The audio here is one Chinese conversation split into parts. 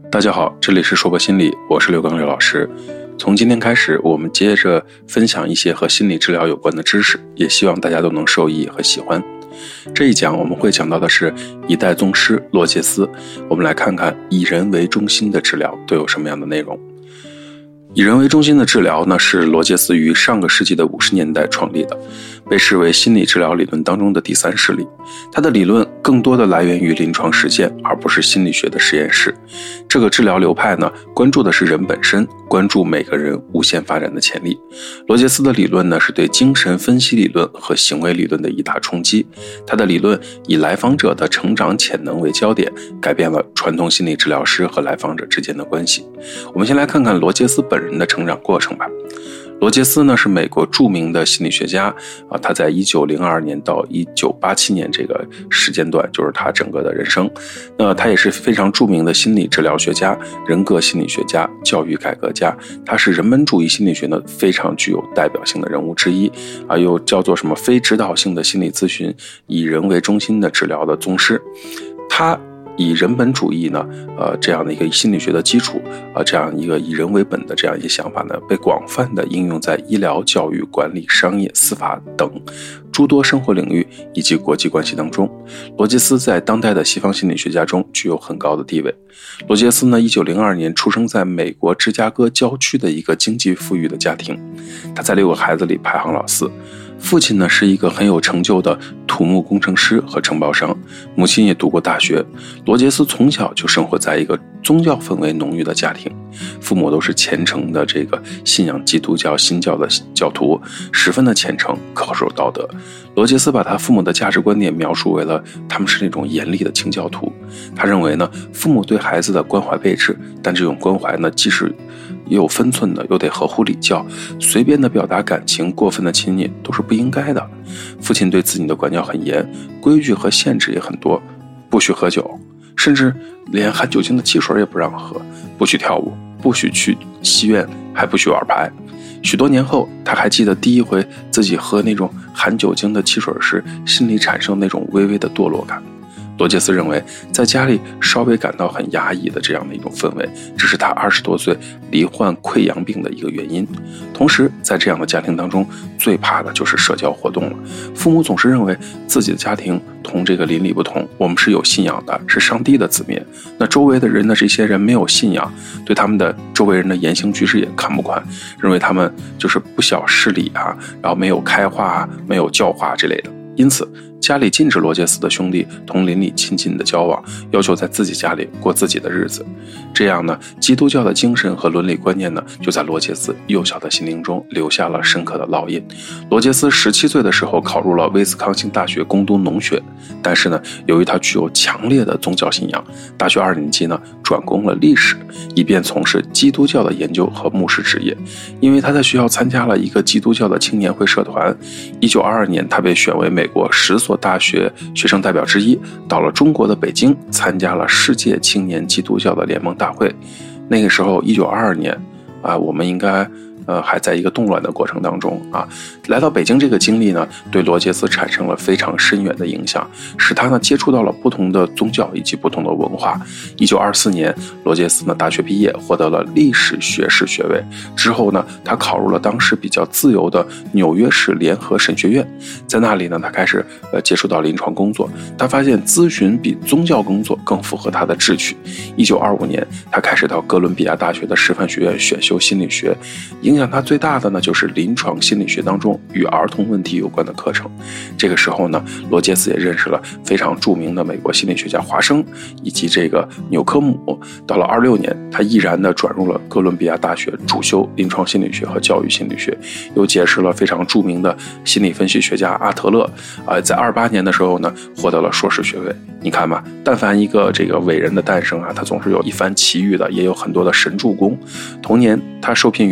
大家好，这里是说博心理，我是刘刚刘老师。从今天开始，我们接着分享一些和心理治疗有关的知识，也希望大家都能受益和喜欢。这一讲我们会讲到的是一代宗师罗杰斯，我们来看看以人为中心的治疗都有什么样的内容。以人为中心的治疗呢，是罗杰斯于上个世纪的50年代创立的，被视为心理治疗理论当中的第三势力。他的理论更多的来源于临床实践，而不是心理学的实验室。这个治疗流派呢，关注的是人本身，关注每个人无限发展的潜力。罗杰斯的理论呢，是对精神分析理论和行为理论的一大冲击。他的理论以来访者的成长潜能为焦点，改变了传统心理治疗师和来访者之间的关系。我们先来看看罗杰斯本人的成长过程吧。罗杰斯呢是美国著名的心理学家他在1902年到1987年这个时间段就是他整个的人生。他也是非常著名的心理治疗学家、人格心理学家、教育改革家，他是人本主义心理学呢非常具有代表性的人物之一又叫做什么非指导性的心理咨询、以人为中心的治疗的宗师。他以人本主义呢，这样的一个心理学的基础，这样一个以人为本的这样一些想法呢，被广泛的应用在医疗、教育、管理、商业、司法等诸多生活领域以及国际关系当中。罗杰斯在当代的西方心理学家中具有很高的地位。罗杰斯呢，1902年出生在美国芝加哥郊区的一个经济富裕的家庭，他在6个孩子里排行老4。父亲呢是一个很有成就的土木工程师和承包商，母亲也读过大学。罗杰斯从小就生活在一个宗教氛围浓郁的家庭，父母都是虔诚的这个信仰基督教新教的教徒，十分的虔诚，恪守道德。罗杰斯把他父母的价值观念描述为了他们是那种严厉的清教徒。他认为呢，父母对孩子的关怀备至，但这种关怀呢，既是有分寸的，又得合乎礼教，随便的表达感情，过分的亲昵都是不应该的。父亲对子女的管教很严，规矩和限制也很多，不许喝酒，甚至连含酒精的汽水也不让喝，不许跳舞，不许去戏院，还不许玩牌。许多年后，他还记得第一回自己喝那种含酒精的汽水时，心里产生那种微微的堕落感。罗杰斯认为，在家里稍微感到很压抑的这样的一种氛围，这是他20多岁罹患溃疡病的一个原因。同时，在这样的家庭当中，最怕的就是社交活动了。父母总是认为自己的家庭同这个邻里不同，我们是有信仰的，是上帝的子民。那周围的人呢，这些人没有信仰，对他们的周围人的言行举止也看不惯，认为他们就是不晓事理然后没有开化没有教化之类的。因此家里禁止罗杰斯的兄弟同邻里亲近的交往，要求在自己家里过自己的日子。这样呢，基督教的精神和伦理观念呢，就在罗杰斯幼小的心灵中留下了深刻的烙印。罗杰斯17岁的时候考入了威斯康星大学攻读农学，但是呢，由于他具有强烈的宗教信仰，大学2年级呢转攻了历史，以便从事基督教的研究和牧师职业。因为他在学校参加了一个基督教的青年会社团，1922年他被选为美国10所大学学生代表之一，到了中国的北京参加了世界青年基督教的联盟大会。那个时候1922年我们应该还在一个动乱的过程当中来到北京这个经历呢，对罗杰斯产生了非常深远的影响，使他呢接触到了不同的宗教以及不同的文化。1924年，罗杰斯呢大学毕业，获得了历史学士学位。之后呢，他考入了当时比较自由的纽约市联合神学院，在那里呢，他开始接触到临床工作。他发现咨询比宗教工作更符合他的志趣。1925年，他开始到哥伦比亚大学的师范学院选修心理学。影响他最大的呢，就是临床心理学当中与儿童问题有关的课程。这个时候呢，罗杰斯也认识了非常著名的美国心理学家华生以及这个纽科姆。到了26年，他毅然的转入了哥伦比亚大学，主修临床心理学和教育心理学，又结识了非常著名的心理分析学家阿特勒在28年的时候呢，获得了硕士学位。你看吧，但凡一个这个伟人的诞生他总是有一番奇遇的，也有很多的神助攻。同年，他受聘于纽约州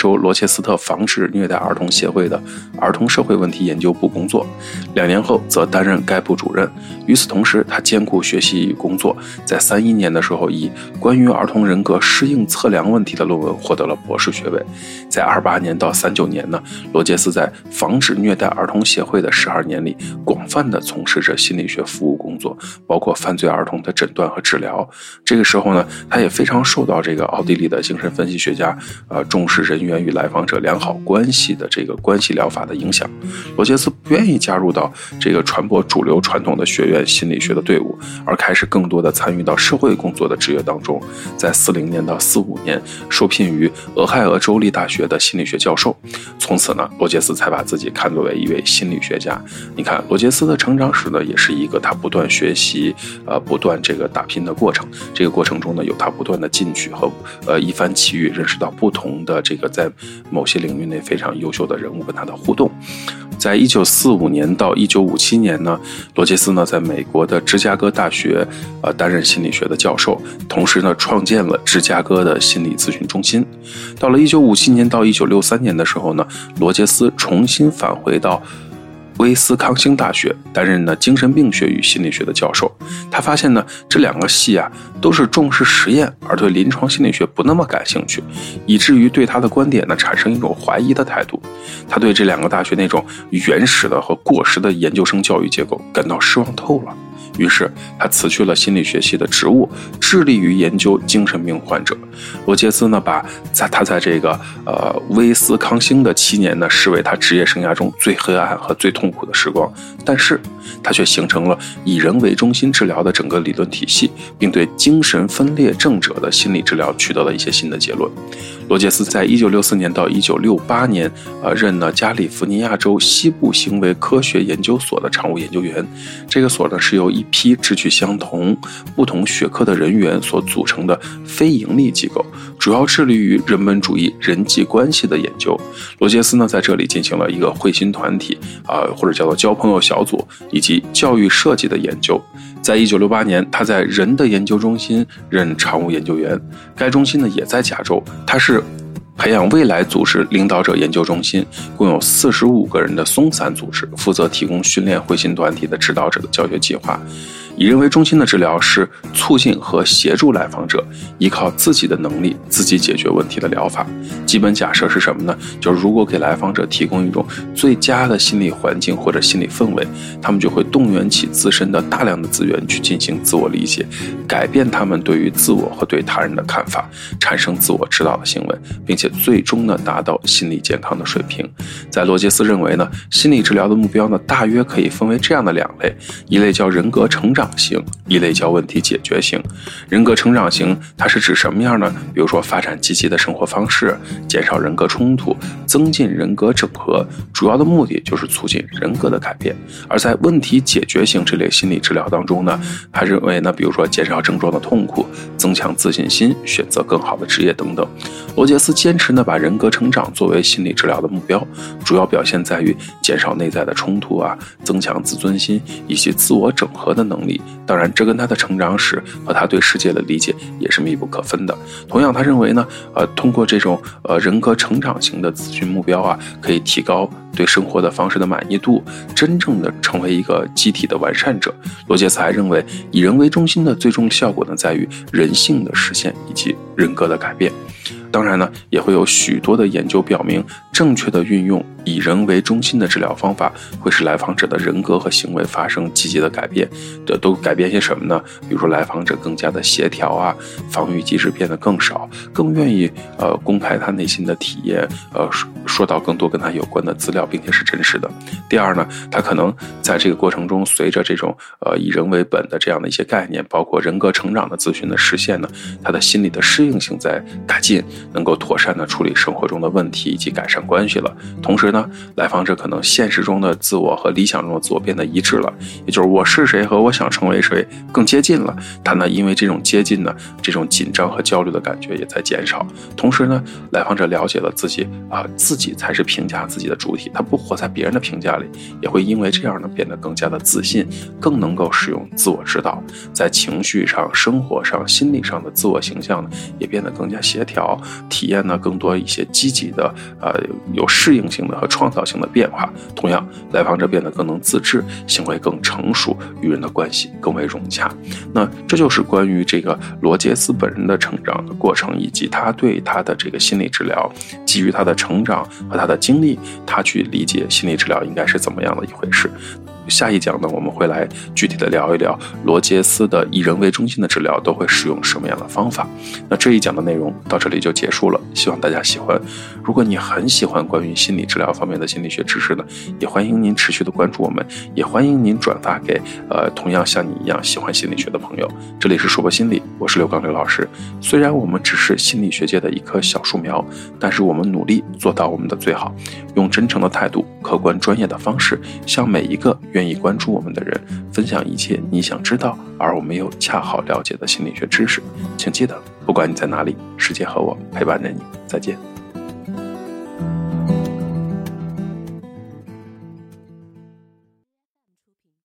州罗切斯特防治虐待儿童协会的儿童社会问题研究部工作，2年后则担任该部主任。与此同时，他兼顾学习与工作，在31年的时候以关于儿童人格适应测量问题的论文获得了博士学位。在28年到39年呢，罗杰斯在防止虐待儿童协会的12年里，广泛地从事着心理学服务工作，包括犯罪儿童的诊断和治疗。这个时候呢，他也非常受到这个奥地利的精神分析学家重视人员与来访者良好关系的这个关系疗法的影响。罗杰斯不愿意加入到这个传播主流传统的学院心理学的队伍，而开始更多的参与到社会工作的职业当中。在40年到45年受聘于俄亥俄州立大学的心理学教授，从此呢，罗杰斯才把自己看作为一位心理学家。你看，罗杰斯的成长史呢，也是一个他不断学习不断这个打拼的过程。这个过程中呢，有他不断的进取和一番奇遇，认识到不同的这个在某些领域内非常优秀的人物跟他的互动。在1945年到1957年呢，罗杰斯呢在美国的芝加哥大学担任心理学的教授，同时呢创建了芝加哥的心理咨询中心。到了1957年到1963年的时候呢，罗杰斯重新返回到威斯康星大学担任呢精神病学与心理学的教授。他发现呢，这两个系都是重视实验，而对临床心理学不那么感兴趣，以至于对他的观点呢产生一种怀疑的态度。他对这两个大学那种原始的和过时的研究生教育结构感到失望透了。于是他辞去了心理学系的职务，致力于研究精神病患者。罗杰斯呢，把他在这个威斯康星的7年呢，视为他职业生涯中最黑暗和最痛苦的时光。但是他却形成了以人为中心治疗的整个理论体系，并对精神分裂症者的心理治疗取得了一些新的结论。罗杰斯在1964年到1968年任了加利福尼亚州西部行为科学研究所的常务研究员。这个所呢是由一批志趣相同、不同学科的人员所组成的非营利机构，主要致力于人本主义人际关系的研究。罗杰斯呢在这里进行了一个慧心团体或者叫做交朋友小组以及教育设计的研究。在1968年，他在人的研究中心任常务研究员，该中心呢也在加州。他是培养未来组织领导者研究中心，共有45个人的松散组织，负责提供训练慧心团体的指导者的教学计划。以人为中心的治疗是促进和协助来访者依靠自己的能力自己解决问题的疗法。基本假设是什么呢？就是如果给来访者提供一种最佳的心理环境或者心理氛围，他们就会动员起自身的大量的资源去进行自我理解，改变他们对于自我和对他人的看法，产生自我指导的行为，并且最终呢达到心理健康的水平。在罗杰斯认为呢，心理治疗的目标呢大约可以分为这样的2类，一类叫人格成长型，一类叫问题解决型。人格成长型它是指什么样呢？比如说发展积极的生活方式，减少人格冲突，增进人格整合，主要的目的就是促进人格的改变。而在问题解决型这类心理治疗当中呢，他认为呢，比如说减少症状的痛苦，增强自信心，选择更好的职业等等。罗杰斯坚持呢把人格成长作为心理治疗的目标，主要表现在于减少内在的冲突增强自尊心以及自我整合的能力。当然这跟他的成长史和他对世界的理解也是密不可分的。同样他认为呢通过这种人格成长型的咨询目标可以提高对生活的方式的满意度，真正的成为一个集体的完善者。罗杰斯还认为以人为中心的最终效果呢在于人性的实现以及人格的改变。当然呢，也会有许多的研究表明，正确的运用以人为中心的治疗方法会使来访者的人格和行为发生积极的改变。都改变些什么呢？比如说来访者更加的协调防御机制变得更少，更愿意公开他内心的体验，说到更多跟他有关的资料，并且是真实的。第二呢，他可能在这个过程中，随着这种以人为本的这样的一些概念，包括人格成长的咨询的实现呢，他的心理的适应性在改进，能够妥善的处理生活中的问题以及改善关系了。同时呢，来访者可能现实中的自我和理想中的自我变得一致了，也就是我是谁和我想成为谁更接近了。他呢，因为这种接近呢，这种紧张和焦虑的感觉也在减少。同时呢，来访者了解了自己自己才是评价自己的主体，他不活在别人的评价里，也会因为这样呢变得更加的自信，更能够使用自我指导，在情绪上、生活上、心理上的自我形象呢也变得更加协调， 体验呢更多一些积极的有适应性的和创造性的变化。同样，来访者变得更能自制，行为更成熟，与人的关系更为融洽。那这就是关于这个罗杰斯本人的成长的过程，以及他对他的这个心理治疗，基于他的成长和他的经历，他去理解心理治疗应该是怎么样的一回事。下一讲呢，我们会来具体的聊一聊罗杰斯的以人为中心的治疗都会使用什么样的方法。那这一讲的内容到这里就结束了，希望大家喜欢。如果你很喜欢关于心理治疗方面的心理学知识呢，也欢迎您持续的关注我们，也欢迎您转发给同样像你一样喜欢心理学的朋友。这里是说博心理，我是刘刚刘老师。虽然我们只是心理学界的一棵小树苗，但是我们努力做到我们的最好，用真诚的态度、客观专业的方式，向每一个愿意关注我们的人分享一切你想知道而我没有恰好了解的心理学知识。请记得，不管你在哪里，世界和我陪伴着你。再见。